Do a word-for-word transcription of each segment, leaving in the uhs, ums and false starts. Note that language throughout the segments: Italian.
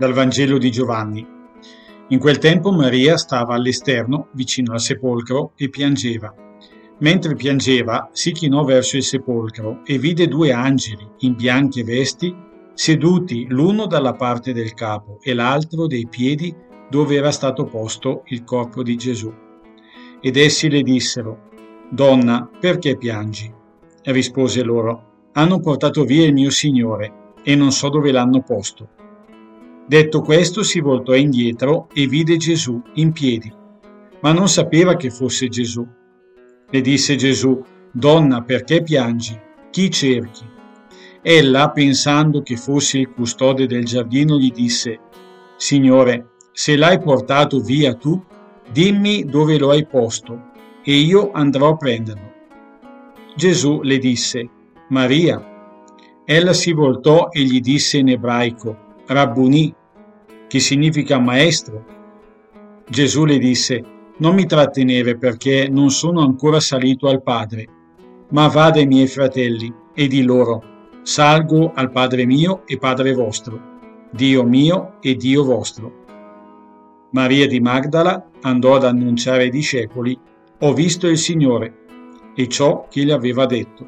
Dal Vangelo di Giovanni. In quel tempo Maria stava all'esterno, vicino al sepolcro, e piangeva. Mentre piangeva, si chinò verso il sepolcro e vide due angeli, in bianche vesti, seduti l'uno dalla parte del capo e l'altro dei piedi dove era stato posto il corpo di Gesù. Ed essi le dissero: «Donna, perché piangi?» E rispose loro: «Hanno portato via il mio Signore, e non so dove l'hanno posto». Detto questo si voltò indietro e vide Gesù in piedi, ma non sapeva che fosse Gesù. Le disse Gesù: «Donna, perché piangi? Chi cerchi?» Ella, pensando che fosse il custode del giardino, gli disse: «Signore, se l'hai portato via tu, dimmi dove lo hai posto, e io andrò a prenderlo». Gesù le disse: «Maria». Ella si voltò e gli disse in ebraico: Rabbuni, che significa maestro. Gesù le disse: «Non mi trattenere, perché non sono ancora salito al Padre, ma va dai miei fratelli e di loro: salgo al Padre mio e Padre vostro, Dio mio e Dio vostro». Maria di Magdala andò ad annunciare ai discepoli: «Ho visto il Signore», e ciò che le aveva detto.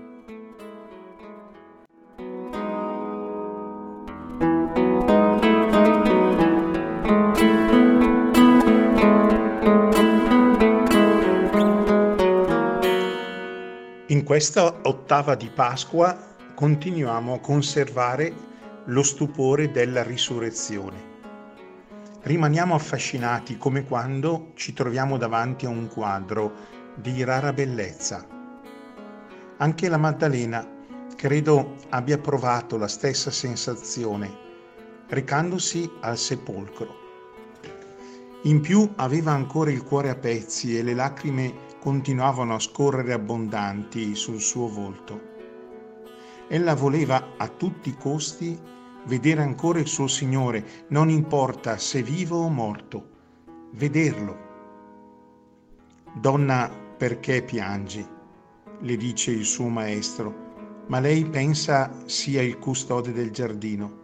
In questa ottava di Pasqua continuiamo a conservare lo stupore della risurrezione. Rimaniamo affascinati come quando ci troviamo davanti a un quadro di rara bellezza. Anche la Maddalena credo abbia provato la stessa sensazione recandosi al sepolcro. In più aveva ancora il cuore a pezzi e le lacrime continuavano a scorrere abbondanti sul suo volto. Ella voleva a tutti i costi vedere ancora il suo Signore, non importa se vivo o morto, vederlo. «Donna, perché piangi?» le dice il suo maestro, ma lei pensa sia il custode del giardino.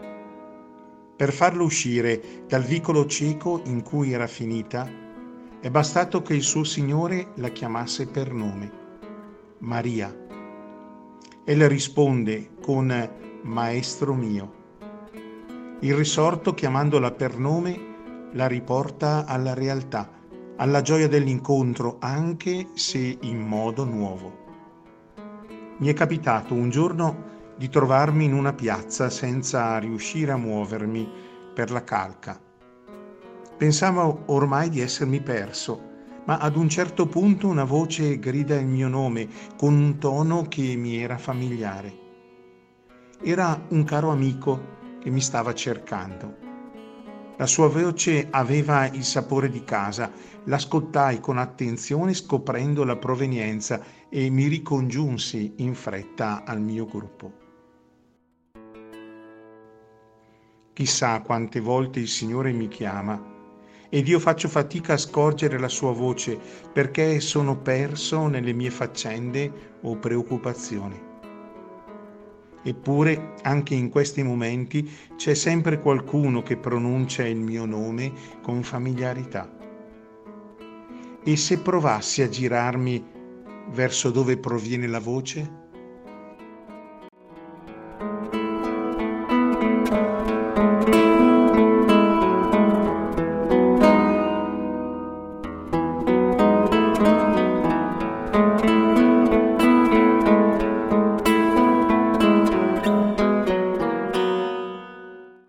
Per farlo uscire dal vicolo cieco in cui era finita, è bastato che il suo Signore la chiamasse per nome: Maria. Ella risponde con «Maestro mio». Il risorto, chiamandola per nome, la riporta alla realtà, alla gioia dell'incontro, anche se in modo nuovo. Mi è capitato un giorno di trovarmi in una piazza senza riuscire a muovermi per la calca. Pensavo ormai di essermi perso, ma ad un certo punto una voce grida il mio nome con un tono che mi era familiare. Era un caro amico che mi stava cercando. La sua voce aveva il sapore di casa. L'ascoltai con attenzione, scoprendo la provenienza, e mi ricongiunsi in fretta al mio gruppo. Chissà quante volte il Signore mi chiama ed io faccio fatica a scorgere la sua voce perché sono perso nelle mie faccende o preoccupazioni. Eppure, anche in questi momenti, c'è sempre qualcuno che pronuncia il mio nome con familiarità. E se provassi a girarmi verso dove proviene la voce?